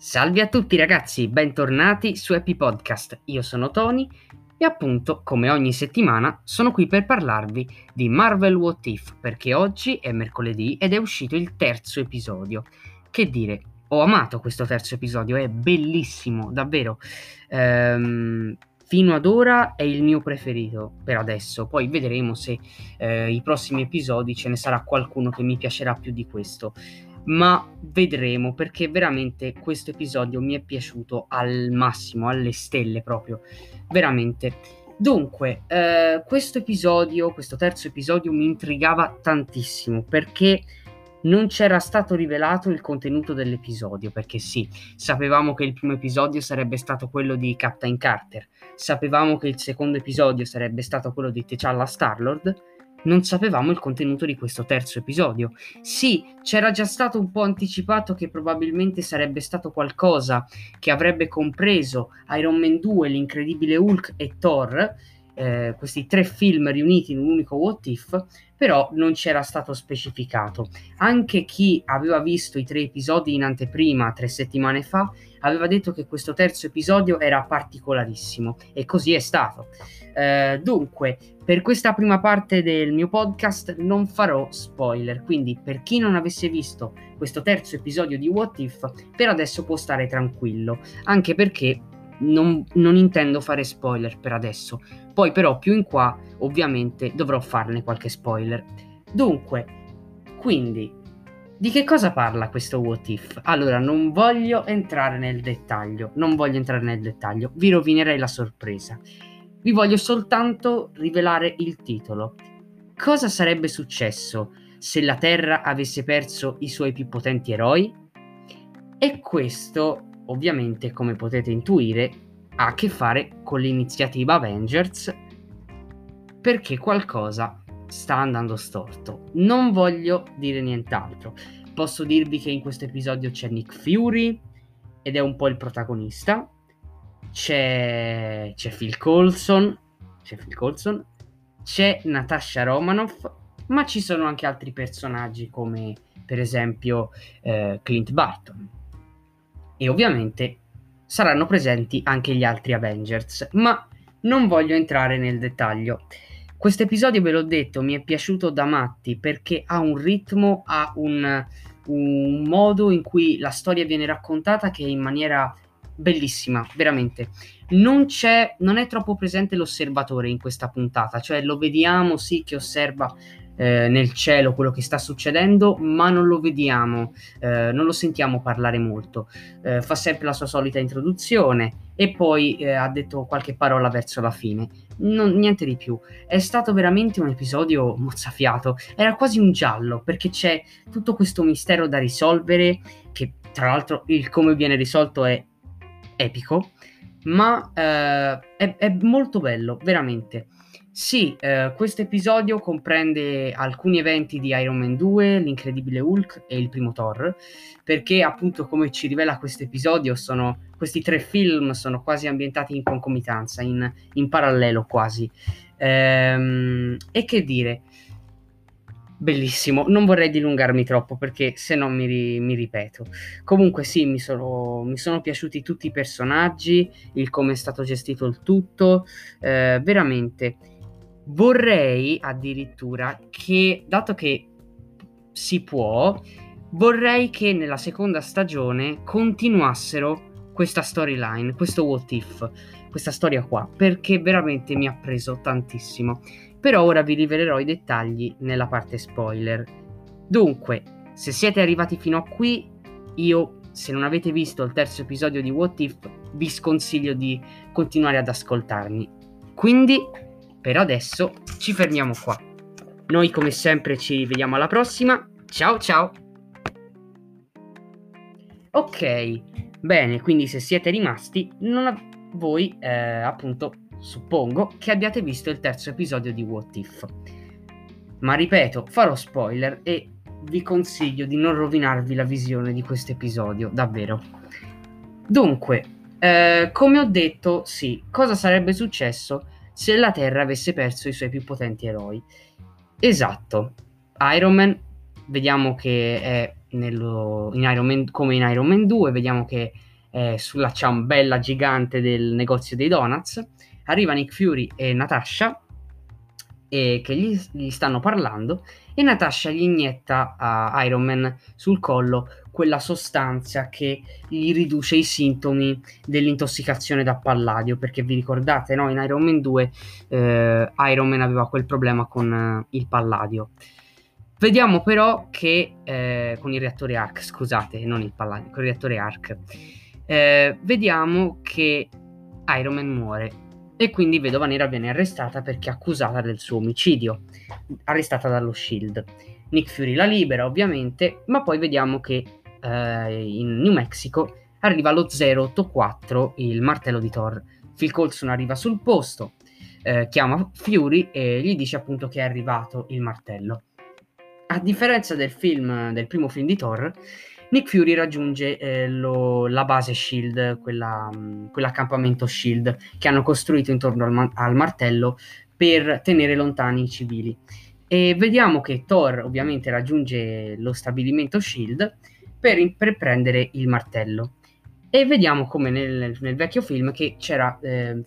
Salve a tutti ragazzi, bentornati su Happy Podcast. Io sono Tony e appunto, come ogni settimana, sono qui per parlarvi di Marvel What If, perché oggi è mercoledì ed è uscito il terzo episodio. Che dire, ho amato questo terzo episodio, è bellissimo, davvero. Fino ad ora è il mio preferito per adesso, poi vedremo se i prossimi episodi ce ne sarà qualcuno che mi piacerà più di questo. Ma vedremo, perché veramente questo episodio mi è piaciuto al massimo, alle stelle proprio, veramente. Dunque, questo terzo episodio mi intrigava tantissimo perché non c'era stato rivelato il contenuto dell'episodio, perché sì, sapevamo che il primo episodio sarebbe stato quello di Captain Carter, sapevamo che il secondo episodio sarebbe stato quello di T'Challa Star-Lord. Non sapevamo il contenuto di questo terzo episodio. Sì, c'era già stato un po' anticipato che probabilmente sarebbe stato qualcosa che avrebbe compreso Iron Man 2, l'Incredibile Hulk e Thor, questi tre film riuniti in un unico What If, però non c'era stato specificato. Anche chi aveva visto i tre episodi in anteprima 3 settimane fa aveva detto che questo terzo episodio era particolarissimo e così è stato. Dunque, per questa prima parte del mio podcast non farò spoiler, quindi per chi non avesse visto questo terzo episodio di What If, per adesso può stare tranquillo, anche perché non intendo fare spoiler per adesso. Poi però più in qua ovviamente dovrò farne qualche spoiler. Dunque, quindi, di che cosa parla questo What If? Allora, non voglio entrare nel dettaglio, vi rovinerei la sorpresa. Vi voglio soltanto rivelare il titolo. Cosa sarebbe successo se la Terra avesse perso i suoi più potenti eroi? E questo, ovviamente, come potete intuire, ha a che fare con l'iniziativa Avengers, perché qualcosa sta andando storto. Non voglio dire nient'altro. Posso dirvi che in questo episodio c'è Nick Fury ed è un po' il protagonista. C'è Phil Coulson, c'è Natasha Romanoff, ma ci sono anche altri personaggi come per esempio Clint Barton. E ovviamente saranno presenti anche gli altri Avengers, ma non voglio entrare nel dettaglio. Questo episodio, ve l'ho detto, mi è piaciuto da matti perché ha un ritmo, ha un modo in cui la storia viene raccontata che è in maniera bellissima, veramente. Non è troppo presente l'osservatore in questa puntata, cioè lo vediamo sì che osserva nel cielo quello che sta succedendo, ma non lo vediamo, non lo sentiamo parlare molto. Fa sempre la sua solita introduzione e poi ha detto qualche parola verso la fine. Niente di più. È stato veramente un episodio mozzafiato. Era quasi un giallo perché c'è tutto questo mistero da risolvere, che tra l'altro il come viene risolto è epico, ma è molto bello, veramente. Sì, questo episodio comprende alcuni eventi di Iron Man 2, l'Incredibile Hulk e il primo Thor, perché appunto, come ci rivela questo episodio, questi tre film sono quasi ambientati in concomitanza, in parallelo quasi. E che dire, bellissimo, non vorrei dilungarmi troppo perché se no mi ripeto. Comunque sì, mi sono piaciuti tutti i personaggi, il come è stato gestito il tutto, veramente. Vorrei addirittura che, dato che si può, vorrei che nella seconda stagione continuassero questa storyline, questo what if, questa storia qua, perché veramente mi ha preso tantissimo. Però ora vi rivelerò i dettagli nella parte spoiler. Dunque, se siete arrivati fino a qui, se non avete visto il terzo episodio di What If, vi sconsiglio di continuare ad ascoltarmi. Quindi, per adesso, ci fermiamo qua. Noi, come sempre, ci vediamo alla prossima. Ciao ciao! Ok, bene, quindi se siete rimasti, voi, appunto, suppongo che abbiate visto il terzo episodio di What If. Ma ripeto, farò spoiler e vi consiglio di non rovinarvi la visione di questo episodio, davvero. Dunque, come ho detto, sì, cosa sarebbe successo se la Terra avesse perso i suoi più potenti eroi? Esatto, Iron Man, vediamo che è in Iron Man, come in Iron Man 2, vediamo che sulla ciambella gigante del negozio dei donuts. Arriva Nick Fury e Natasha che gli stanno parlando, e Natasha gli inietta a Iron Man sul collo quella sostanza che gli riduce i sintomi dell'intossicazione da palladio, perché vi ricordate, no? In Iron Man 2 Iron Man aveva quel problema con il palladio. Vediamo però che con il reattore Arc, scusate, non il palladio, con il reattore Arc, vediamo che Iron Man muore e quindi Vedova Nera viene arrestata perché accusata del suo omicidio, arrestata dallo SHIELD. Nick Fury la libera ovviamente, ma poi vediamo che in New Mexico arriva lo 084, il martello di Thor. Phil Coulson arriva sul posto, chiama Fury e gli dice appunto che è arrivato il martello. A differenza del primo film di Thor, Nick Fury raggiunge la base SHIELD, quell'accampamento SHIELD che hanno costruito intorno al martello per tenere lontani i civili. E vediamo che Thor ovviamente raggiunge lo stabilimento SHIELD per prendere il martello. E vediamo come nel vecchio film che c'era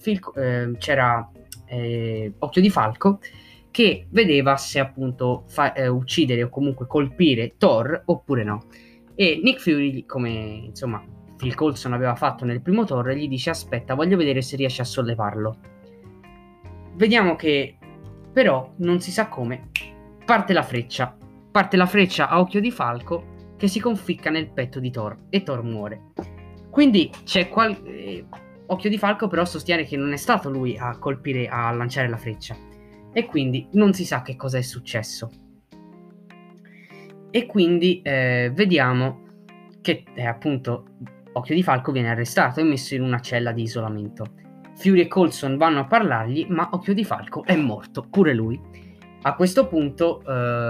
Occhio di Falco che vedeva se appunto uccidere o comunque colpire Thor oppure no. E Nick Fury, come insomma Phil Coulson aveva fatto nel primo Thor, gli dice: aspetta, voglio vedere se riesce a sollevarlo. Vediamo che però non si sa come parte la freccia a Occhio di Falco che si conficca nel petto di Thor e Thor muore. Quindi c'è Occhio di Falco però sostiene che non è stato lui a colpire, a lanciare la freccia, e quindi non si sa che cosa è successo. E quindi vediamo che appunto Occhio di Falco viene arrestato e messo in una cella di isolamento. Fury e Coulson vanno a parlargli, ma Occhio di Falco è morto pure lui. A questo punto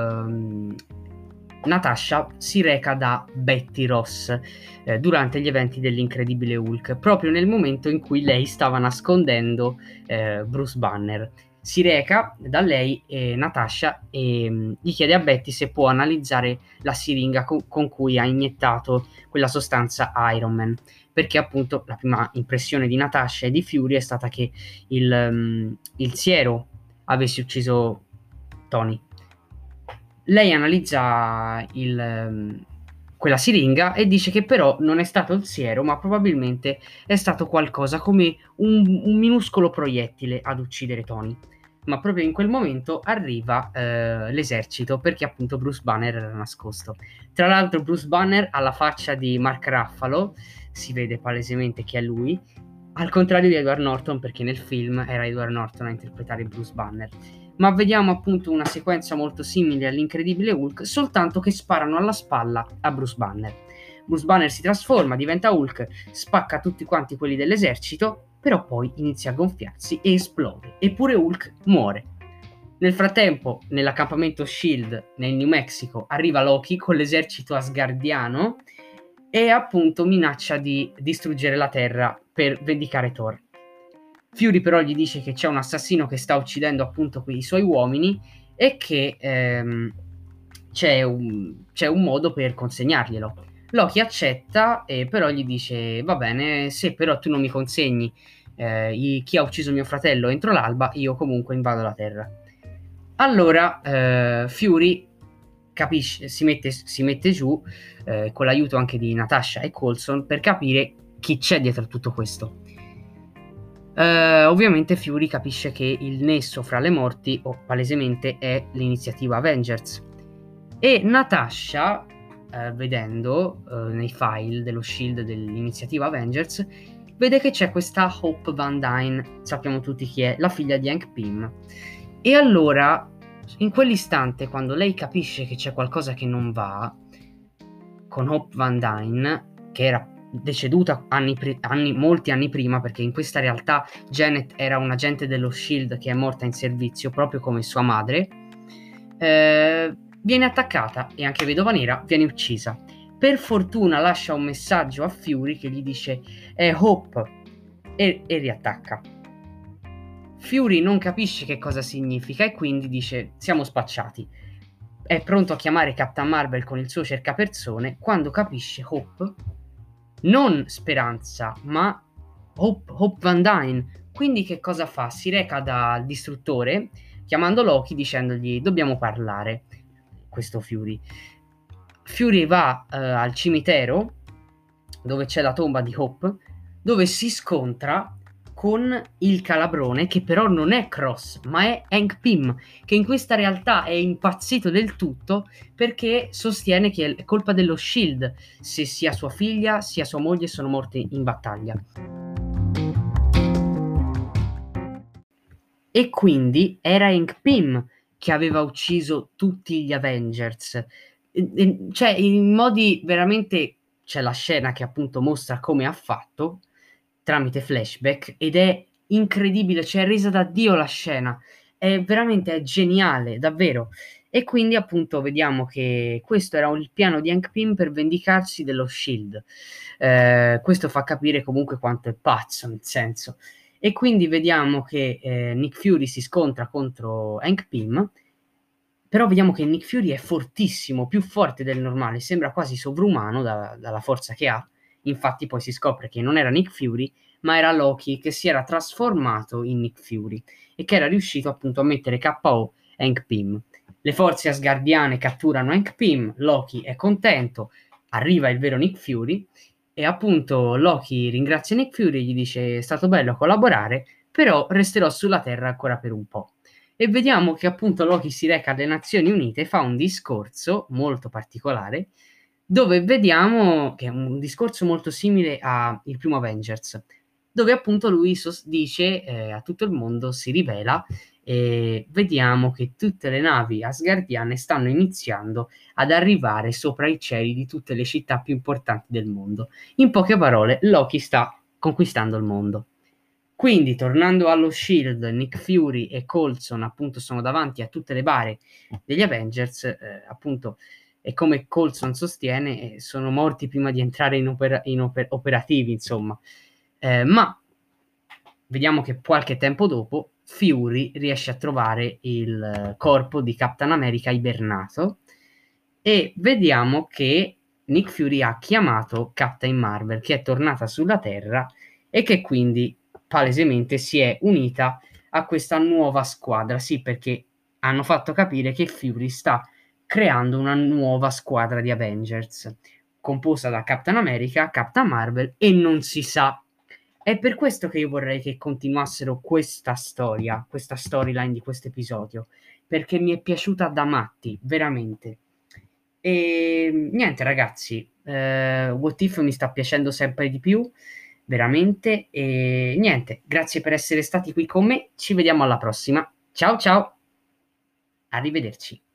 Natasha si reca da Betty Ross durante gli eventi dell'Incredibile Hulk, proprio nel momento in cui lei stava nascondendo Bruce Banner. Si reca da lei Natasha e gli chiede a Betty se può analizzare la siringa con cui ha iniettato quella sostanza a Iron Man, perché appunto la prima impressione di Natasha e di Fury è stata che il siero avesse ucciso Tony. Lei analizza quella siringa e dice che però non è stato il siero, ma probabilmente è stato qualcosa come un minuscolo proiettile ad uccidere Tony. Ma proprio in quel momento arriva l'esercito, perché appunto Bruce Banner era nascosto. Tra l'altro Bruce Banner ha la faccia di Mark Ruffalo, si vede palesemente che è lui, al contrario di Edward Norton, perché nel film era Edward Norton a interpretare Bruce Banner. Ma vediamo appunto una sequenza molto simile all'Incredibile Hulk, soltanto che sparano alla spalla a Bruce Banner. Bruce Banner si trasforma, diventa Hulk, spacca tutti quanti quelli dell'esercito, però poi inizia a gonfiarsi e esplode, eppure Hulk muore. Nel frattempo, nell'accampamento SHIELD nel New Mexico, arriva Loki con l'esercito asgardiano e appunto minaccia di distruggere la Terra per vendicare Thor. Fury però gli dice che c'è un assassino che sta uccidendo appunto i suoi uomini e che c'è un modo per consegnarglielo. Loki accetta e però gli dice: va bene, se però tu non mi consegni chi ha ucciso mio fratello entro l'alba, io comunque invado la Terra. Allora Fury capisce, si mette giù con l'aiuto anche di Natasha e Coulson per capire chi c'è dietro a tutto questo. Ovviamente Fury capisce che il nesso fra le morti palesemente è l'iniziativa Avengers, e Natasha vedendo nei file dello SHIELD dell'iniziativa Avengers vede che c'è questa Hope Van Dyne, sappiamo tutti chi è, la figlia di Hank Pym, e allora in quell'istante, quando lei capisce che c'è qualcosa che non va con Hope Van Dyne, che era deceduta molti anni prima, perché in questa realtà Janet era un agente dello SHIELD che è morta in servizio proprio come sua madre, viene attaccata e anche Vedova Nera viene uccisa. Per fortuna lascia un messaggio a Fury che gli dice Hope e riattacca. Fury non capisce che cosa significa e quindi dice: siamo spacciati. È pronto a chiamare Captain Marvel con il suo cercapersone quando capisce Hope non Speranza, ma Hope Van Dyne. Quindi che cosa fa? Si reca dal distruttore chiamando Loki dicendogli dobbiamo parlare, questo Fury. Fury va al cimitero dove c'è la tomba di Hope, dove si scontra con il calabrone che però non è Cross, ma è Hank Pym, che in questa realtà è impazzito del tutto perché sostiene che è colpa dello Shield se sia sua figlia sia sua moglie sono morti in battaglia. E quindi era Hank Pym che aveva ucciso tutti gli Avengers. Cioè, in modi veramente c'è la scena che appunto mostra come ha fatto tramite flashback ed è incredibile, cioè è resa da Dio la scena. È veramente è geniale, davvero. E quindi appunto vediamo che questo era il piano di Hank Pym per vendicarsi dello Shield. Questo fa capire comunque quanto è pazzo, nel senso. E quindi vediamo che Nick Fury si scontra contro Hank Pym, però vediamo che Nick Fury è fortissimo, più forte del normale, sembra quasi sovrumano dalla forza che ha. Infatti poi si scopre che non era Nick Fury, ma era Loki che si era trasformato in Nick Fury e che era riuscito appunto a mettere KO Hank Pym. Le forze asgardiane catturano Hank Pym, Loki è contento, arriva il vero Nick Fury e appunto Loki ringrazia Nick Fury e gli dice è stato bello collaborare, però resterò sulla Terra ancora per un po'. E vediamo che appunto Loki si reca alle Nazioni Unite e fa un discorso molto particolare dove vediamo che è un discorso molto simile a il primo Avengers, dove appunto lui dice a tutto il mondo, si rivela e vediamo che tutte le navi asgardiane stanno iniziando ad arrivare sopra i cieli di tutte le città più importanti del mondo. In poche parole, Loki sta conquistando il mondo. Quindi, tornando allo Shield, Nick Fury e Coulson appunto sono davanti a tutte le bare degli Avengers, appunto, e come Coulson sostiene, sono morti prima di entrare in operativi, insomma. Ma vediamo che qualche tempo dopo Fury riesce a trovare il corpo di Captain America ibernato e vediamo che Nick Fury ha chiamato Captain Marvel, che è tornata sulla Terra e che quindi palesemente si è unita a questa nuova squadra. Sì, perché hanno fatto capire che Fury sta creando una nuova squadra di Avengers, composta da Captain America, Captain Marvel e non si sa. È per questo che io vorrei che continuassero questa storia, questa storyline di questo episodio, perché mi è piaciuta da matti, veramente. E niente, ragazzi, What If mi sta piacendo sempre di più, veramente. E niente, grazie per essere stati qui con me. Ci vediamo alla prossima. Ciao ciao, arrivederci.